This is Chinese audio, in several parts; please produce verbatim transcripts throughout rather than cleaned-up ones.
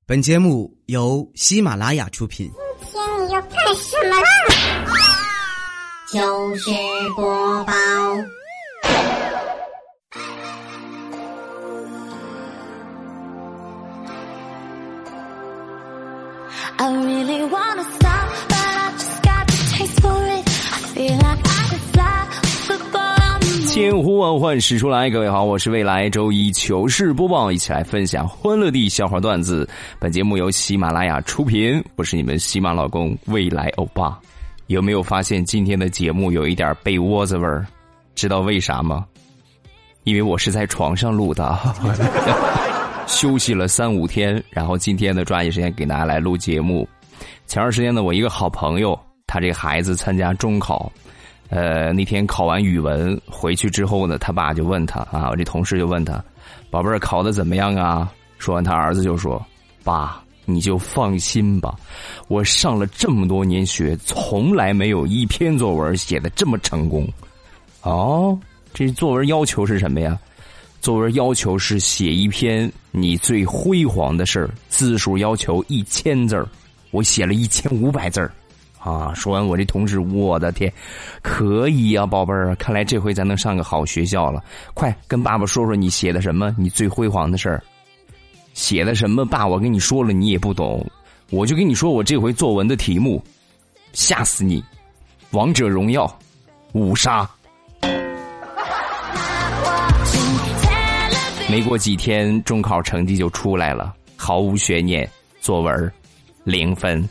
本节目由喜马拉雅出品。 今天你要干什么啦？就是播报。 I really wanna stop, but I just got the taste for it. I feel like I could fly, football on the moon. 千呼万唤始出来，各位好，我是未来周一糗事播报，一起来分享欢乐的笑话段子。本节目由喜马拉雅出品，我是你们喜马老公未来欧巴。有没有发现今天的节目有一点被窝子味儿？知道为啥吗？因为我是在床上录的。休息了三五天，然后今天呢抓紧时间给大家来录节目。前段时间呢，我一个好朋友，他这个孩子参加中考，呃，那天考完语文回去之后呢，他爸就问他啊，我这同事就问他，宝贝儿考得怎么样啊？说完他儿子就说，爸，你就放心吧，我上了这么多年学，从来没有一篇作文写得这么成功。哦，这作文要求是什么呀？作文要求是写一篇你最辉煌的事儿，字数要求一千字儿，我写了一千五百字儿，啊！说完我这同事，我的天，可以啊，宝贝儿，看来这回咱能上个好学校了。快跟爸爸说说你写的什么，你最辉煌的事儿。写的什么？爸，我跟你说了，你也不懂，我就跟你说我这回作文的题目，吓死你！王者荣耀，五杀。没过几天，中考成绩就出来了，毫无悬念，作文零分。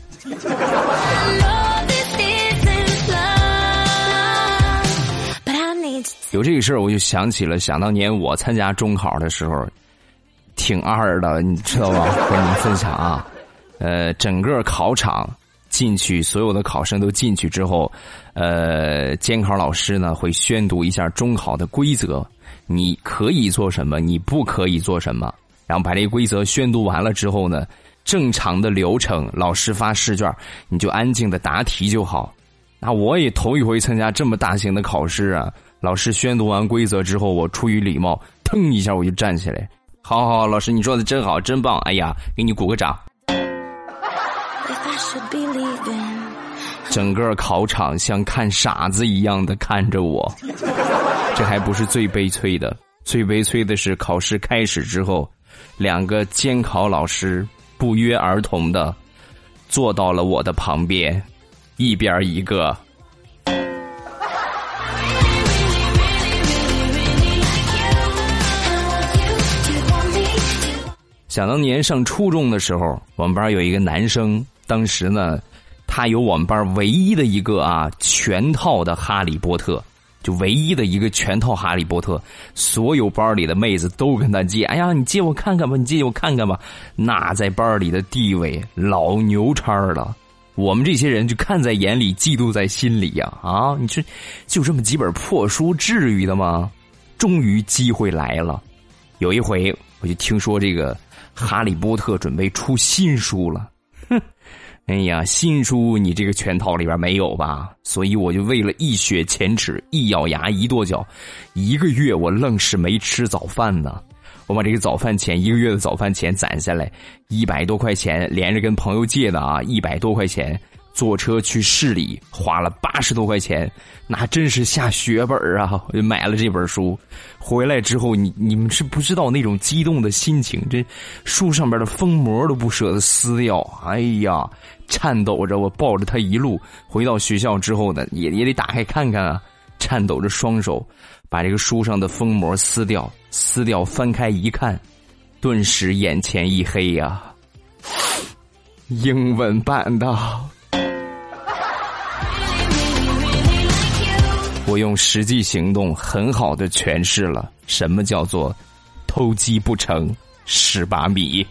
有这个事儿，我就想起了，想当年我参加中考的时候，挺二的，你知道吗？跟你们分享啊，呃，整个考场进去，所有的考生都进去之后，呃，监考老师呢会宣读一下中考的规则。你可以做什么，你不可以做什么，然后把这个规则宣读完了之后呢，正常的流程，老师发试卷，你就安静的答题就好。那我也头一回参加这么大型的考试啊，老师宣读完规则之后，我出于礼貌，腾一下我就站起来，好好，老师你说的真好，真棒，哎呀，给你鼓个掌。整个考场像看傻子一样的看着我。这还不是最悲催的，最悲催的是考试开始之后，两个监考老师不约而同的坐到了我的旁边，一边一个。想当年上初中的时候，我们班有一个男生，当时呢他有我们班唯一的一个啊全套的哈利波特，就唯一的一个全套哈利波特，所有班里的妹子都跟他借，哎呀你借我看看吧，你借我看看吧，那在班里的地位老牛叉了，我们这些人就看在眼里，嫉妒在心里呀！ 啊, 啊你说就这么几本破书至于的吗？终于机会来了，有一回我就听说这个哈利波特准备出新书了，哼，哎呀，新书你这个全套里边没有吧？所以我就为了一雪前耻，一咬牙一跺脚，一个月我愣是没吃早饭呢。我把这个早饭钱，一个月的早饭钱攒下来，一百多块钱，连着跟朋友借的啊，一百多块钱，坐车去市里花了八十多块钱，那真是下血本啊！我就买了这本书，回来之后，你你们是不知道那种激动的心情，这书上边的封膜都不舍得撕掉，哎呀！颤抖着我抱着他一路回到学校之后呢，也也得打开看看啊，颤抖着双手把这个书上的封膜撕掉，撕掉翻开一看，顿时眼前一黑呀、啊，英文版的。我用实际行动很好的诠释了什么叫做偷鸡不成蚀把米。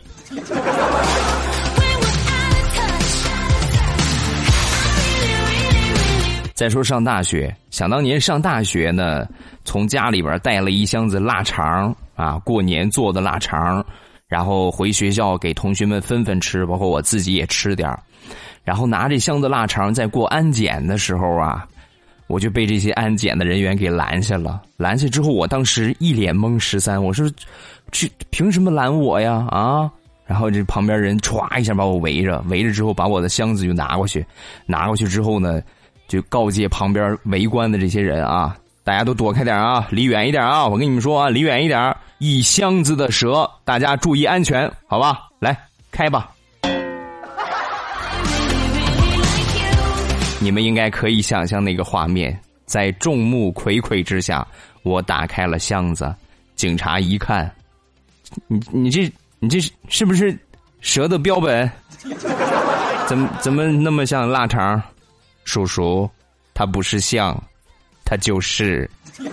再说上大学，想当年上大学呢，从家里边带了一箱子腊肠啊，过年做的腊肠，然后回学校给同学们分分吃，包括我自己也吃点，然后拿这箱子腊肠在过安检的时候啊，我就被这些安检的人员给拦下了。拦下之后，我当时一脸懵十三，我说这凭什么拦我呀？啊， 然后这旁边人歘一下把我围着，围着之后把我的箱子就拿过去，拿过去之后呢，就告诫旁边围观的这些人啊，大家都躲开点啊，离远一点啊！我跟你们说啊，离远一点，一箱子的蛇，大家注意安全，好吧？来，开吧。你们应该可以想象那个画面，在众目睽睽之下，我打开了箱子，警察一看，你你这你这是不是蛇的标本？怎么怎么那么像腊肠？叔叔，它不是像，它就是。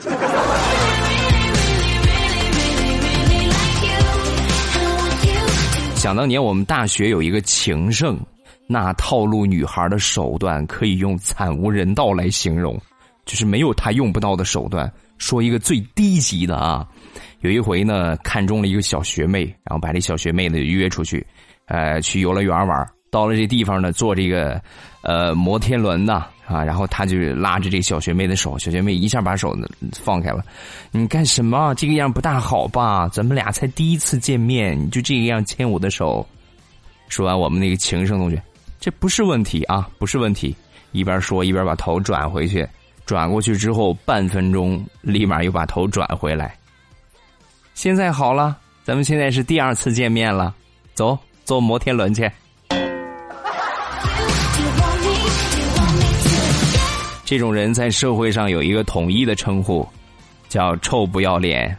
想当年我们大学有一个情圣，那套路女孩的手段可以用惨无人道来形容，就是没有他用不到的手段。说一个最低级的啊，有一回呢看中了一个小学妹，然后把这小学妹呢约出去，呃，去游乐园玩。到了这地方呢，坐这个呃摩天轮呢啊，然后他就拉着这个小学妹的手，小学妹一下把手放开了。你干什么？这个样不大好吧？咱们俩才第一次见面，你就这个样牵我的手。说完，我们那个情圣同学，这不是问题啊，不是问题。一边说一边把头转回去，转过去之后半分钟，立马又把头转回来。现在好了，咱们现在是第二次见面了，走，坐摩天轮去。这种人在社会上有一个统一的称呼，叫臭不要脸。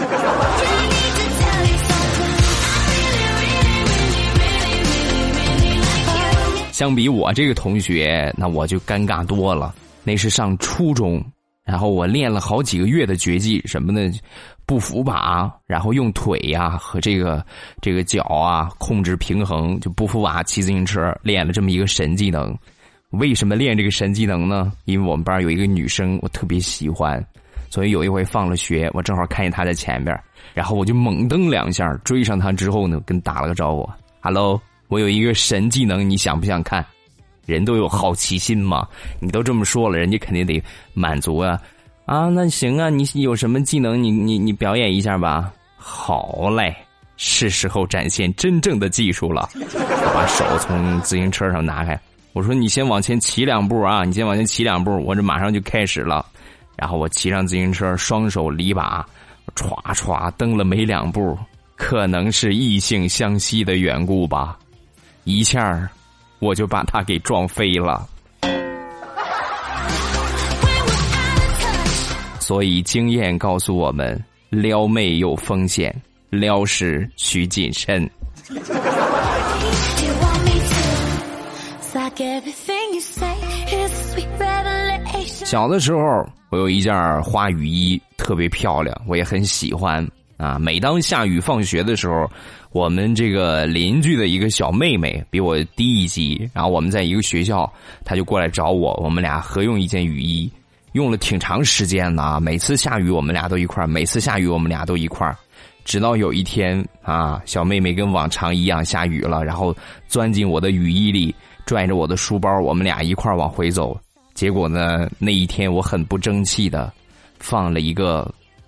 相比我这个同学，那我就尴尬多了。那是上初中，然后我练了好几个月的绝技，什么呢？不扶把，然后用腿呀、啊、和这个这个脚啊控制平衡，就不扶把骑自行车，练了这么一个神技能。为什么练这个神技能呢？因为我们班有一个女生我特别喜欢，所以有一回放了学，我正好看见她在前边，然后我就猛蹬两下，追上她之后呢，跟打了个招呼 ，Hello， 我有一个神技能，你想不想看？人都有好奇心嘛，你都这么说了，人家肯定得满足啊。啊，那行啊，你有什么技能？你你你表演一下吧。好嘞，是时候展现真正的技术了。我把手从自行车上拿开，我说你先往前骑两步啊，你先往前骑两步，我这马上就开始了。然后我骑上自行车，双手离把，歘歘蹬了没两步，可能是异性相吸的缘故吧，一下我就把他给撞飞了。所以经验告诉我们，撩妹有风险，撩时需谨慎。小的时候我有一件花雨衣特别漂亮，我也很喜欢啊。每当下雨放学的时候，我们这个邻居的一个小妹妹比我低一级，然后我们在一个学校，她就过来找我，我们俩合用一件雨衣，用了挺长时间的啊。每次下雨我们俩都一块儿，每次下雨我们俩都一块儿，直到有一天啊，小妹妹跟往常一样下雨了，然后钻进我的雨衣里，拽着我的书包，我们俩一块儿往回走。结果呢，那一天我很不争气的放了一个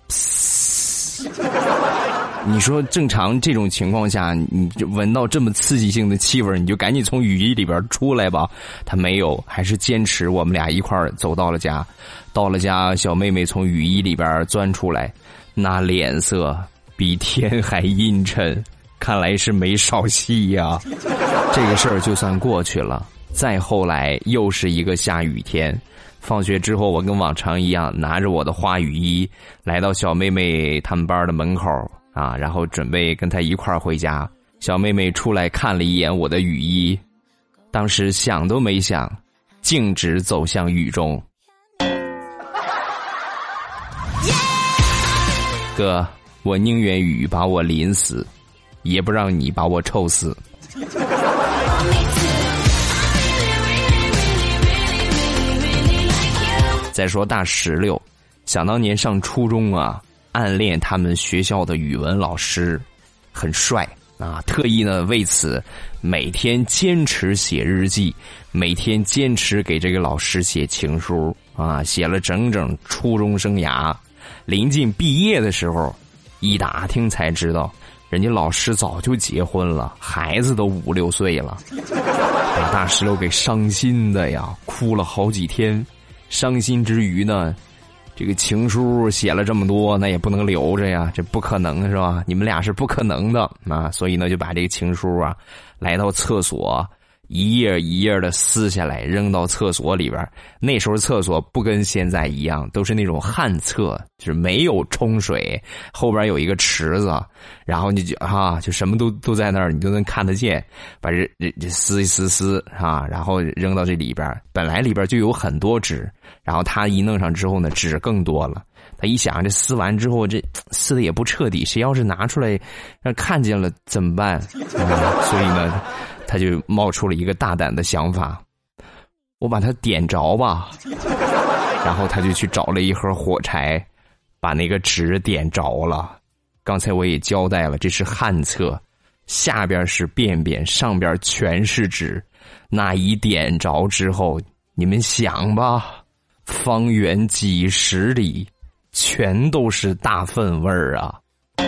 你说正常这种情况下，你就闻到这么刺激性的气味，你就赶紧从雨衣里边出来吧。他没有，还是坚持我们俩一块儿走到了家。到了家，小妹妹从雨衣里边钻出来，那脸色比天还阴沉，看来是没少戏呀。这个事儿就算过去了。再后来又是一个下雨天，放学之后我跟往常一样拿着我的花雨衣来到小妹妹他们班的门口啊，然后准备跟她一块儿回家。小妹妹出来看了一眼我的雨衣，当时想都没想，径直走向雨中。哥，我宁愿雨把我淋死，也不让你把我臭死。再说大石榴，想当年上初中啊，暗恋他们学校的语文老师，很帅啊，特意呢为此每天坚持写日记，每天坚持给这个老师写情书啊，写了整整初中生涯。临近毕业的时候，一打听才知道， 人家老师早就结婚了，孩子都五六岁了，把大石榴给伤心的呀，哭了好几天。伤心之余呢，这个情书写了这么多，那也不能留着呀，这不可能是吧？你们俩是不可能的啊，所以呢就把这个情书啊来到厕所，一页一页的撕下来扔到厕所里边。那时候厕所不跟现在一样，都是那种旱厕，就是没有冲水，后边有一个池子，然后你就啊就什么都都在那儿，你都能看得见，把这这撕一撕撕啊，然后扔到这里边。本来里边就有很多纸，然后他一弄上之后呢，纸更多了。他一想，这撕完之后这撕的也不彻底，谁要是拿出来让看见了怎么办？啊、所以呢他就冒出了一个大胆的想法，我把它点着吧。然后他就去找了一盒火柴，把那个纸点着了。刚才我也交代了，这是旱厕，下边是便便，上边全是纸。那一点着之后，你们想吧，方圆几十里全都是大粪味儿啊。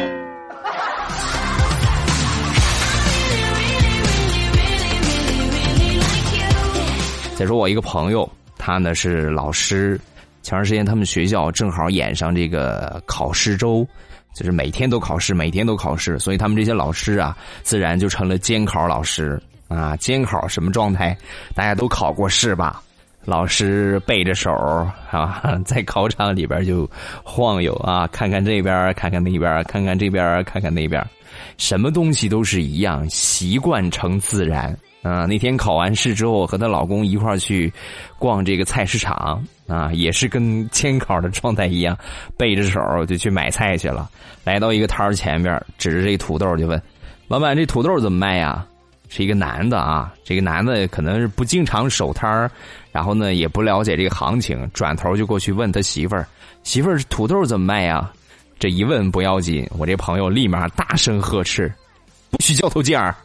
再说我一个朋友，他呢是老师，前段时间他们学校正好演上这个考试周，就是每天都考试，每天都考试，所以他们这些老师啊，自然就成了监考老师啊。监考什么状态？大家都考过试吧？老师背着手啊，在考场里边就晃悠啊，看看这边，看看那边，看看这边，看看那边，什么东西都是一样，习惯成自然。啊，那天考完试之后，和她老公一块儿去逛这个菜市场啊，也是跟监考的状态一样，背着手就去买菜去了。来到一个摊儿前边，指着这土豆就问：“老板，这土豆怎么卖呀？”是一个男的啊，这个男的可能是不经常守摊儿，然后呢也不了解这个行情，转头就过去问他媳妇儿：“媳妇儿，土豆怎么卖呀？”这一问不要紧，我这朋友立马大声呵斥：“不许交头接耳！”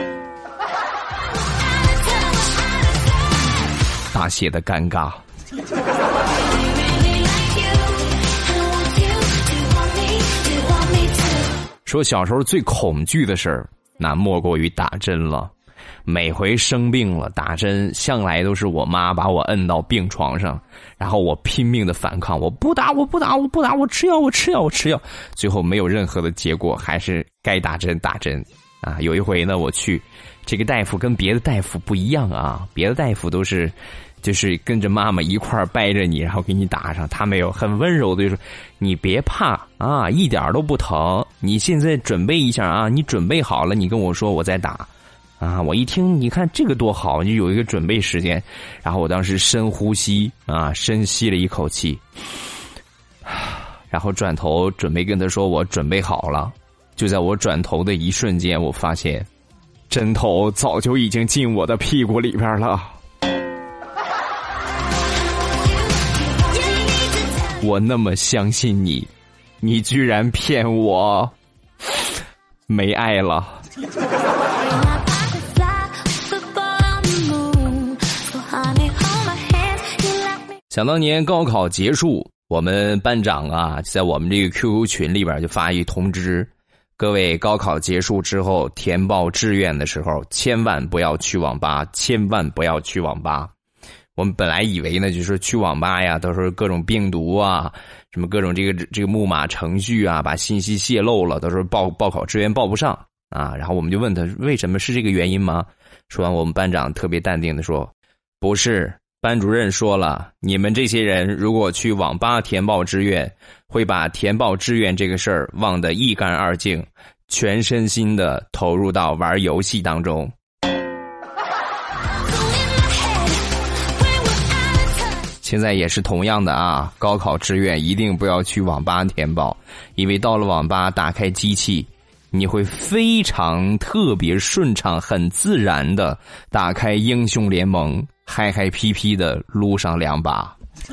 大写的尴尬。说小时候最恐惧的事儿，那莫过于打针了。每回生病了打针，向来都是我妈把我摁到病床上，然后我拼命的反抗，我不打我不打我不打我吃药我吃药我吃药，最后没有任何的结果，还是该打针打针啊。有一回呢，我去，这个大夫跟别的大夫不一样啊，别的大夫都是就是跟着妈妈一块儿掰着你，然后给你打上，他没有，很温柔的就说：“你别怕啊，一点都不疼，你现在准备一下啊，你准备好了，你跟我说，我再打。”啊，我一听，你看这个多好，就有一个准备时间。然后我当时深呼吸啊，深吸了一口气，然后转头准备跟他说我准备好了。就在我转头的一瞬间，我发现针头早就已经进我的屁股里边了。我那么相信你，你居然骗我，没爱了。想当年高考结束，我们班长啊，在我们这个 Q Q 群里边就发一通知，各位高考结束之后填报志愿的时候，千万不要去网吧，千万不要去网吧。我们本来以为呢，就是去网吧呀，都是各种病毒啊，什么各种这个这个木马程序啊，把信息泄露了，到时候报报考志愿报不上啊。然后我们就问他为什么是这个原因吗？说完，我们班长特别淡定的说，不是，班主任说了，你们这些人如果去网吧填报志愿，会把填报志愿这个事儿忘得一干二净，全身心的投入到玩游戏当中。现在也是同样的啊，高考志愿一定不要去网吧填报，因为到了网吧打开机器，你会非常特别顺畅很自然的打开英雄联盟，嗨嗨皮皮的撸上两把。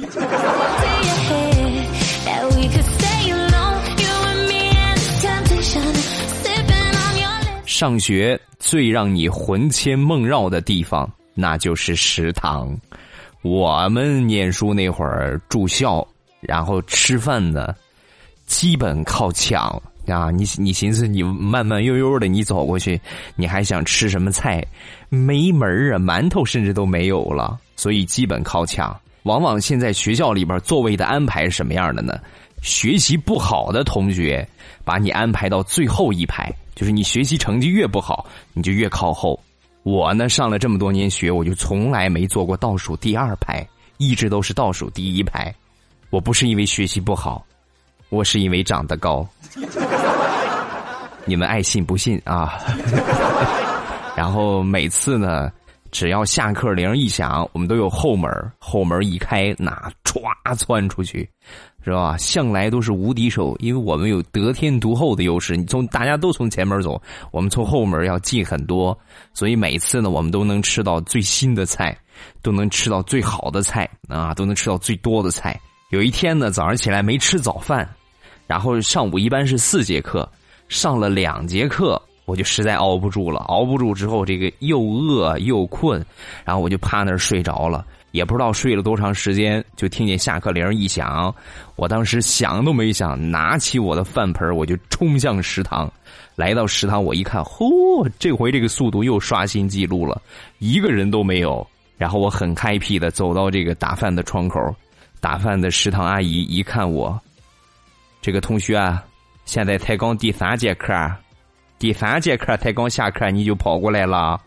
上学最让你魂牵梦绕的地方，那就是食堂。我们念书那会儿住校，然后吃饭呢基本靠抢， 啊，你你寻思你慢慢悠悠的你走过去，你还想吃什么菜？没门儿啊，馒头甚至都没有了，所以基本靠抢。往往现在学校里边座位的安排是什么样的呢？学习不好的同学把你安排到最后一排，就是你学习成绩越不好，你就越靠后。我呢上了这么多年学，我就从来没坐过倒数第二排，一直都是倒数第一排。我不是因为学习不好，我是因为长得高。你们爱信不信啊？然后每次呢，只要下课铃一响，我们都有后门，后门一开，那歘窜出去，是吧？向来都是无敌手，因为我们有得天独厚的优势。你从大家都从前门走，我们从后门要近很多，所以每次呢，我们都能吃到最新的菜，都能吃到最好的菜啊，都能吃到最多的菜。有一天呢，早上起来没吃早饭，然后上午一般是四节课，上了两节课。我就实在熬不住了，熬不住之后，这个又饿又困，然后我就趴那儿睡着了，也不知道睡了多长时间，就听见下课铃一响，我当时想都没想，拿起我的饭盆，我就冲向食堂。来到食堂，我一看，嚯，这回这个速度又刷新记录了，一个人都没有。然后我很happy的走到这个打饭的窗口，打饭的食堂阿姨一看我，这个同学啊，现在才刚第三节课。第三节课才刚下课你就跑过来了，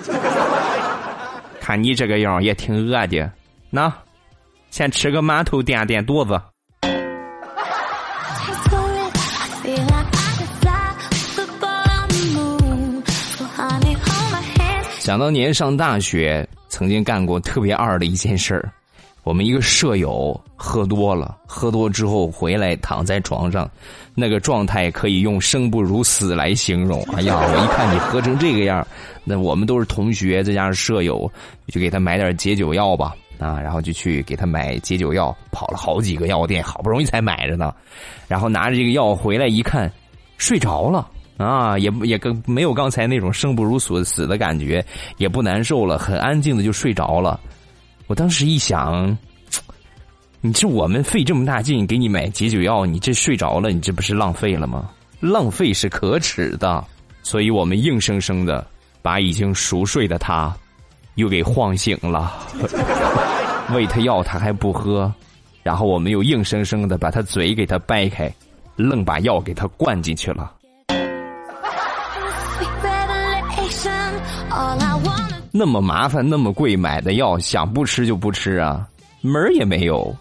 看你这个样也挺饿的，那先吃个馒头垫垫肚子。想当年上大学曾经干过特别二的一件事儿，我们一个舍友喝多了，喝多之后回来躺在床上，那个状态可以用生不如死来形容。哎呀，我一看你喝成这个样，那我们都是同学再加上舍友，就给他买点解酒药吧啊，然后就去给他买解酒药，跑了好几个药店，好不容易才买着呢。然后拿着这个药回来一看，睡着了啊，也也更没有刚才那种生不如死死的感觉，也不难受了，很安静的就睡着了。我当时一想，你这我们费这么大劲给你买解酒药，你这睡着了，你这不是浪费了吗？浪费是可耻的，所以我们硬生生的把已经熟睡的他又给晃醒了，喂他药他还不喝，然后我们又硬生生的把他嘴给他掰开，愣把药给他灌进去了。那么麻烦那么贵买的药，想不吃就不吃啊，门儿也没有。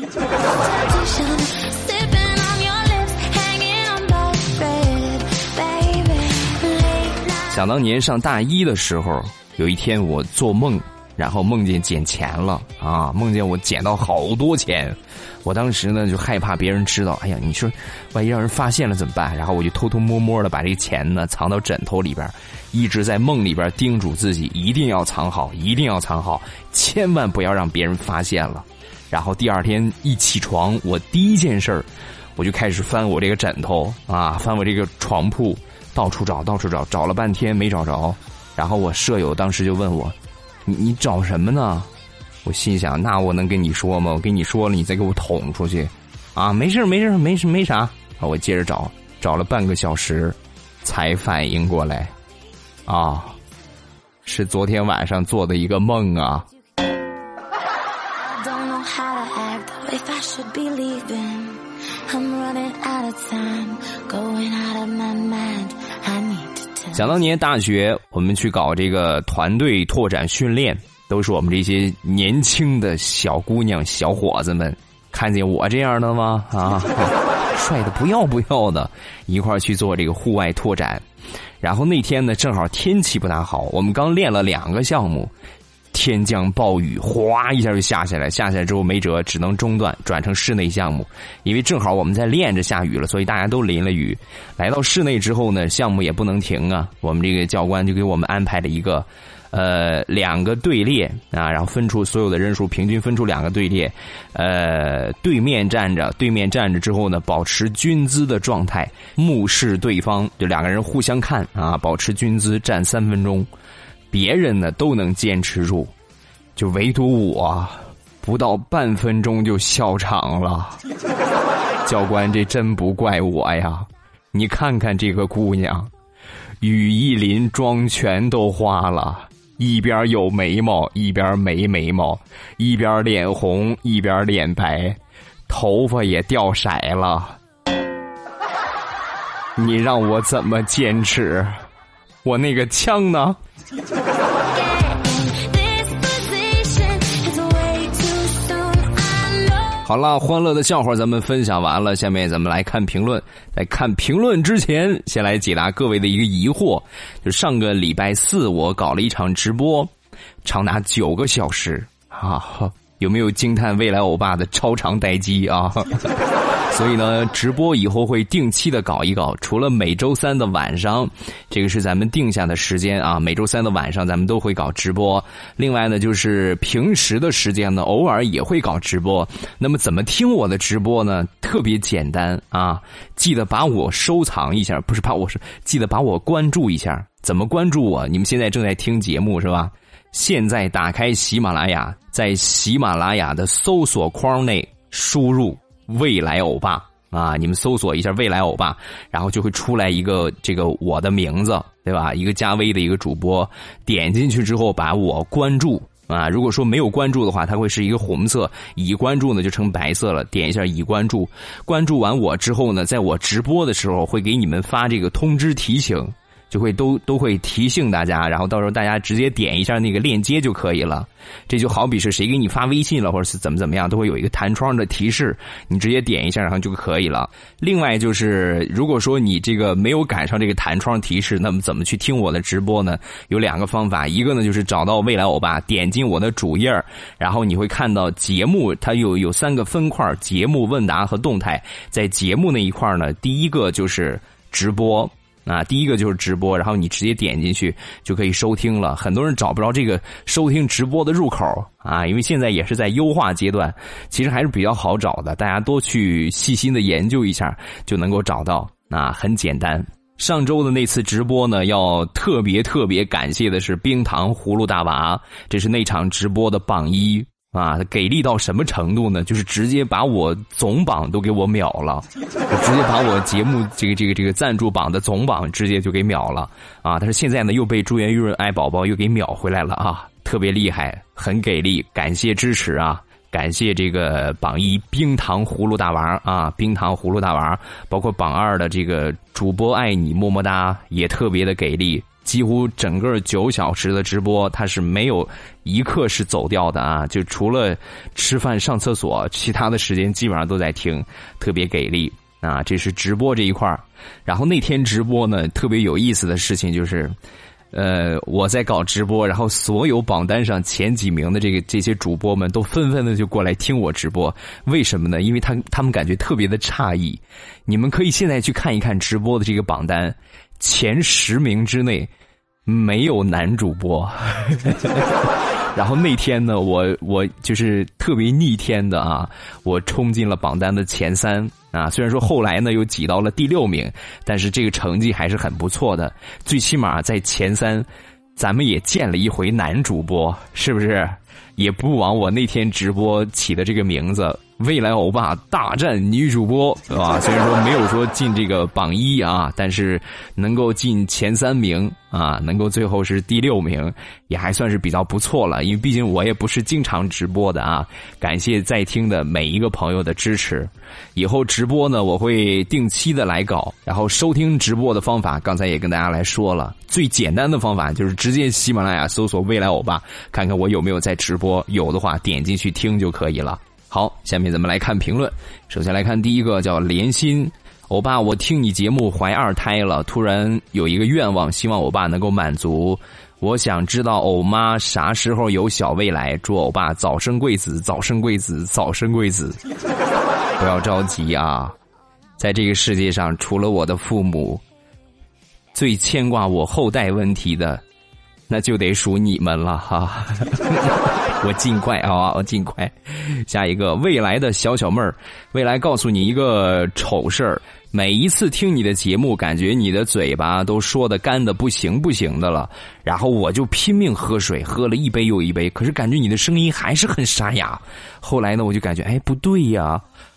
想当年上大一的时候，有一天我做梦，然后梦见捡钱了啊，梦见我捡到好多钱。我当时呢就害怕别人知道，哎呀，你说万一让人发现了怎么办？然后我就偷偷摸摸的把这个钱呢藏到枕头里边，一直在梦里边叮嘱自己一定要藏好，一定要藏好，千万不要让别人发现了。然后第二天一起床，我第一件事儿我就开始翻我这个枕头啊，翻我这个床铺，到处找到处找，找了半天没找着。然后我舍友当时就问我，你你找什么呢？我心想，那我能跟你说吗？我跟你说了，你再给我捅出去啊！没事没事没事没啥。我接着找，找了半个小时才反应过来，啊，是昨天晚上做的一个梦啊。想当年大学我们去搞这个团队拓展训练，都是我们这些年轻的小姑娘小伙子们，看见我这样的吗？啊，帅的不要不要的，一块去做这个户外拓展。然后那天呢正好天气不大好，我们刚练了两个项目，天降暴雨，哗一下就下下来，下下来之后没辙，只能中断转成室内项目。因为正好我们在练着下雨了，所以大家都淋了雨。来到室内之后呢，项目也不能停啊，我们这个教官就给我们安排了一个呃两个队列啊，然后分出所有的人数，平均分出两个队列，呃对面站着，对面站着之后呢，保持军姿的状态，目视对方，就两个人互相看啊，保持军姿站三分钟。别人呢都能坚持住，就唯独我不到半分钟就笑场了。教官这真不怪我呀， 你看看这个姑娘，羽翼鳞妆全都花了，一边有眉毛一边没眉毛，一边脸红一边脸白，头发也掉色了。你让我怎么坚持？我那个枪呢？好了，欢乐的笑话咱们分享完了，下面咱们来看评论。在看评论之前，先来解答各位的一个疑惑。就上个礼拜四我搞了一场直播，长达九个小时啊，有没有惊叹未来欧巴的超长待机啊？所以呢，直播以后会定期的搞一搞，除了每周三的晚上，这个是咱们定下的时间啊，每周三的晚上咱们都会搞直播。另外呢，就是平时的时间呢，偶尔也会搞直播。那么怎么听我的直播呢？特别简单啊，记得把我收藏一下，不是把我是记得把我关注一下。怎么关注我？你们现在正在听节目是吧？现在打开喜马拉雅，在喜马拉雅的搜索框内输入未来欧巴啊，你们搜索一下未来欧巴，然后就会出来一个这个我的名字，对吧？一个加微的一个主播，点进去之后把我关注啊。如果说没有关注的话，它会是一个红色，已关注呢就成白色了。点一下已关注，关注完我之后呢，在我直播的时候会给你们发这个通知提醒。就会都都会提醒大家，然后到时候大家直接点一下那个链接就可以了。这就好比是谁给你发微信了，或者是怎么怎么样，都会有一个弹窗的提示，你直接点一下然后就可以了。另外就是如果说你这个没有赶上这个弹窗提示，那么怎么去听我的直播呢？有两个方法，一个呢就是找到未来欧巴，点进我的主页，然后你会看到节目，它有有三个分块，节目、问答和动态。在节目那一块呢，第一个就是直播。啊，第一个就是直播，然后你直接点进去就可以收听了。很多人找不着这个收听直播的入口啊，因为现在也是在优化阶段，其实还是比较好找的，大家多去细心的研究一下就能够找到啊，很简单。上周的那次直播呢，要特别特别感谢的是冰糖葫芦大娃，这是那场直播的榜一。啊，给力到什么程度呢？就是直接把我总榜都给我秒了，直接把我节目这个这个这个赞助榜的总榜直接就给秒了啊！但是现在呢，又被珠圆玉润爱宝宝又给秒回来了啊，特别厉害，很给力，感谢支持啊！感谢这个榜一冰糖葫芦大娃啊，冰糖葫芦大娃，包括榜二的这个主播爱你么么哒，也特别的给力。几乎整个九小时的直播，它是没有一刻是走掉的啊！就除了吃饭、上厕所，其他的时间基本上都在听，特别给力啊！这是直播这一块。然后那天直播呢，特别有意思的事情就是，呃，我在搞直播，然后所有榜单上前几名的这个这些主播们都纷纷的就过来听我直播。为什么呢？因为他他们感觉特别的诧异。你们可以现在去看一看直播的这个榜单。前十名之内没有男主播然后那天呢，我我就是特别逆天的啊，我冲进了榜单的前三啊。虽然说后来呢又挤到了第六名，但是这个成绩还是很不错的。最起码在前三，咱们也见了一回男主播，是不是？也不枉我那天直播起的这个名字。未来欧巴大战女主播，对吧？虽然说没有说进这个榜一啊，但是能够进前三名啊，能够最后是第六名，也还算是比较不错了。因为毕竟我也不是经常直播的啊。感谢在听的每一个朋友的支持。以后直播呢，我会定期的来搞。然后收听直播的方法，刚才也跟大家来说了，最简单的方法就是直接喜马拉雅搜索未来欧巴，看看我有没有在直播，有的话点进去听就可以了。好，下面咱们来看评论。首先来看第一个，叫连心。欧巴，我听你节目怀二胎了，突然有一个愿望，希望欧巴能够满足。我想知道欧妈啥时候有小未来，祝欧巴早生贵子，早生贵子，早生贵子。不要着急啊，在这个世界上，除了我的父母，最牵挂我后代问题的，那就得数你们了哈。我尽快啊，我尽快。下一个，未来的小小妹儿，未来告诉你一个丑事儿。每一次听你的节目，感觉你的嘴巴都说的干的不行不行的了，然后我就拼命喝水，喝了一杯又一杯，可是感觉你的声音还是很沙哑。后来呢，我就感觉，哎，不对呀，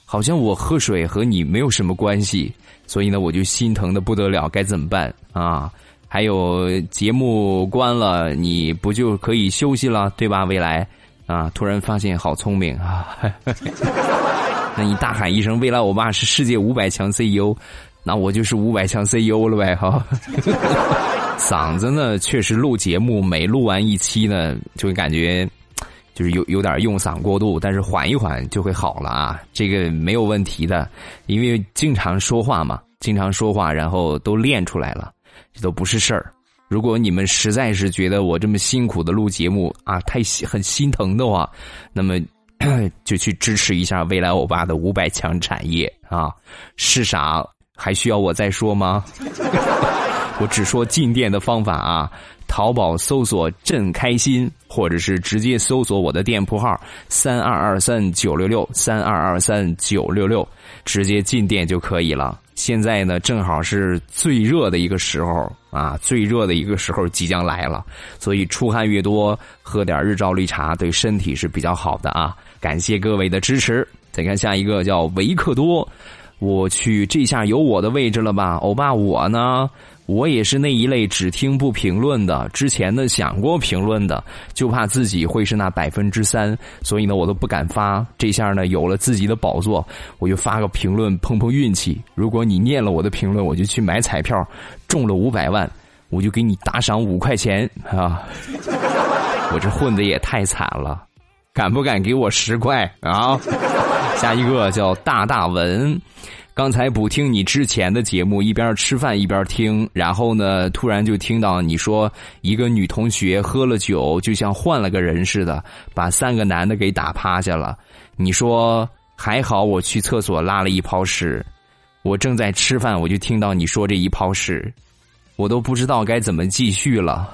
好像我喝水和你没有什么关系，所以呢我就心疼的不得了，该怎么办啊？还有节目关了，你不就可以休息了，对吧？未来啊，突然发现好聪明啊！那你大喊一声未来欧巴是世界五百强 C E O， 那我就是五百强 C E O 了呗哈。嗓子呢确实录节目每录完一期呢就会感觉就是有有点用嗓过度，但是缓一缓就会好了啊，这个没有问题的，因为经常说话嘛，经常说话然后都练出来了，这都不是事儿。如果你们实在是觉得我这么辛苦的录节目啊太很心疼的话，那么就去支持一下未来欧巴的五百强产业啊，是啥还需要我再说吗？我只说进店的方法啊，淘宝搜索朕开心，或者是直接搜索我的店铺号三二二三九六六三二二三九六六，直接进店就可以了。现在呢正好是最热的一个时候啊，最热的一个时候即将来了，所以出汗越多喝点日照绿茶对身体是比较好的啊，感谢各位的支持。再看下一个叫维克多，我去，这下有我的位置了吧？欧巴，我呢我也是那一类只听不评论的，之前呢想过评论的，就怕自己会是那百分之三，所以呢我都不敢发。这下呢有了自己的宝座，我就发个评论碰碰运气。如果你念了我的评论，我就去买彩票，中了五百万，我就给你打赏五块钱啊！我这混的也太惨了，敢不敢给我十块啊？下一个叫大大文。刚才补听你之前的节目，一边吃饭一边听，然后呢突然就听到你说一个女同学喝了酒就像换了个人似的，把三个男的给打趴下了。你说还好我去厕所拉了一泡屎，我正在吃饭我就听到你说这一泡屎，我都不知道该怎么继续了。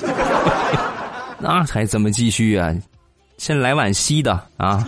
那还怎么继续啊？先来碗稀的啊。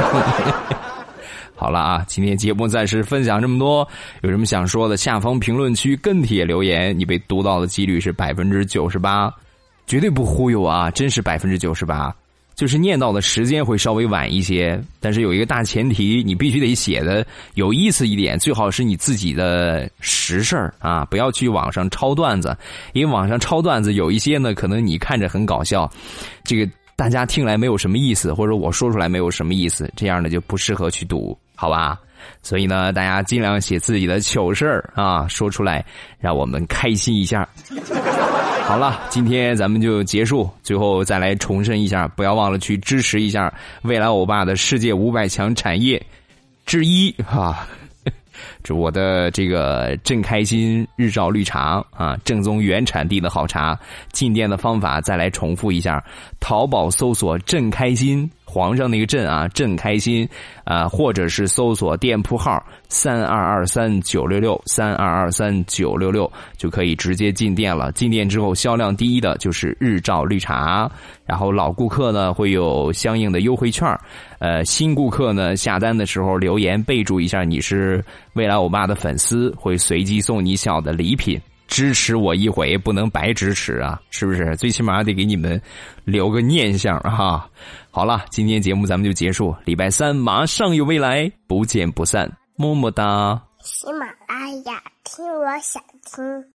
好了啊，今天节目暂时分享这么多，有什么想说的下方评论区跟帖留言，你被读到的几率是百分之九十八，绝对不忽悠啊，真是百分之九十八，就是念到的时间会稍微晚一些，但是有一个大前提，你必须得写的有意思一点，最好是你自己的实事儿啊，不要去网上抄段子，因为网上抄段子有一些呢可能你看着很搞笑，这个大家听来没有什么意思，或者我说出来没有什么意思，这样的就不适合去读，好吧？所以呢大家尽量写自己的糗事儿啊，说出来让我们开心一下。好了，今天咱们就结束，最后再来重申一下，不要忘了去支持一下未来欧巴的世界五百强产业之一啊。这我的这个正开心日照绿茶啊，正宗原产地的好茶，进店的方法再来重复一下，淘宝搜索正开心，皇上那个正啊，正开心啊，或者是搜索店铺号三二二三九六六三二二三九六六就可以直接进店了。进店之后销量第一的就是日照绿茶，然后老顾客呢会有相应的优惠券，呃，新顾客呢下单的时候留言备注一下你是未来欧巴的粉丝，会随机送你小的礼品。支持我一回不能白支持啊，是不是？最起码得给你们留个念想啊。好了，今天节目咱们就结束，礼拜三马上有未来，不见不散，么么哒。 喜马拉雅，听我想听。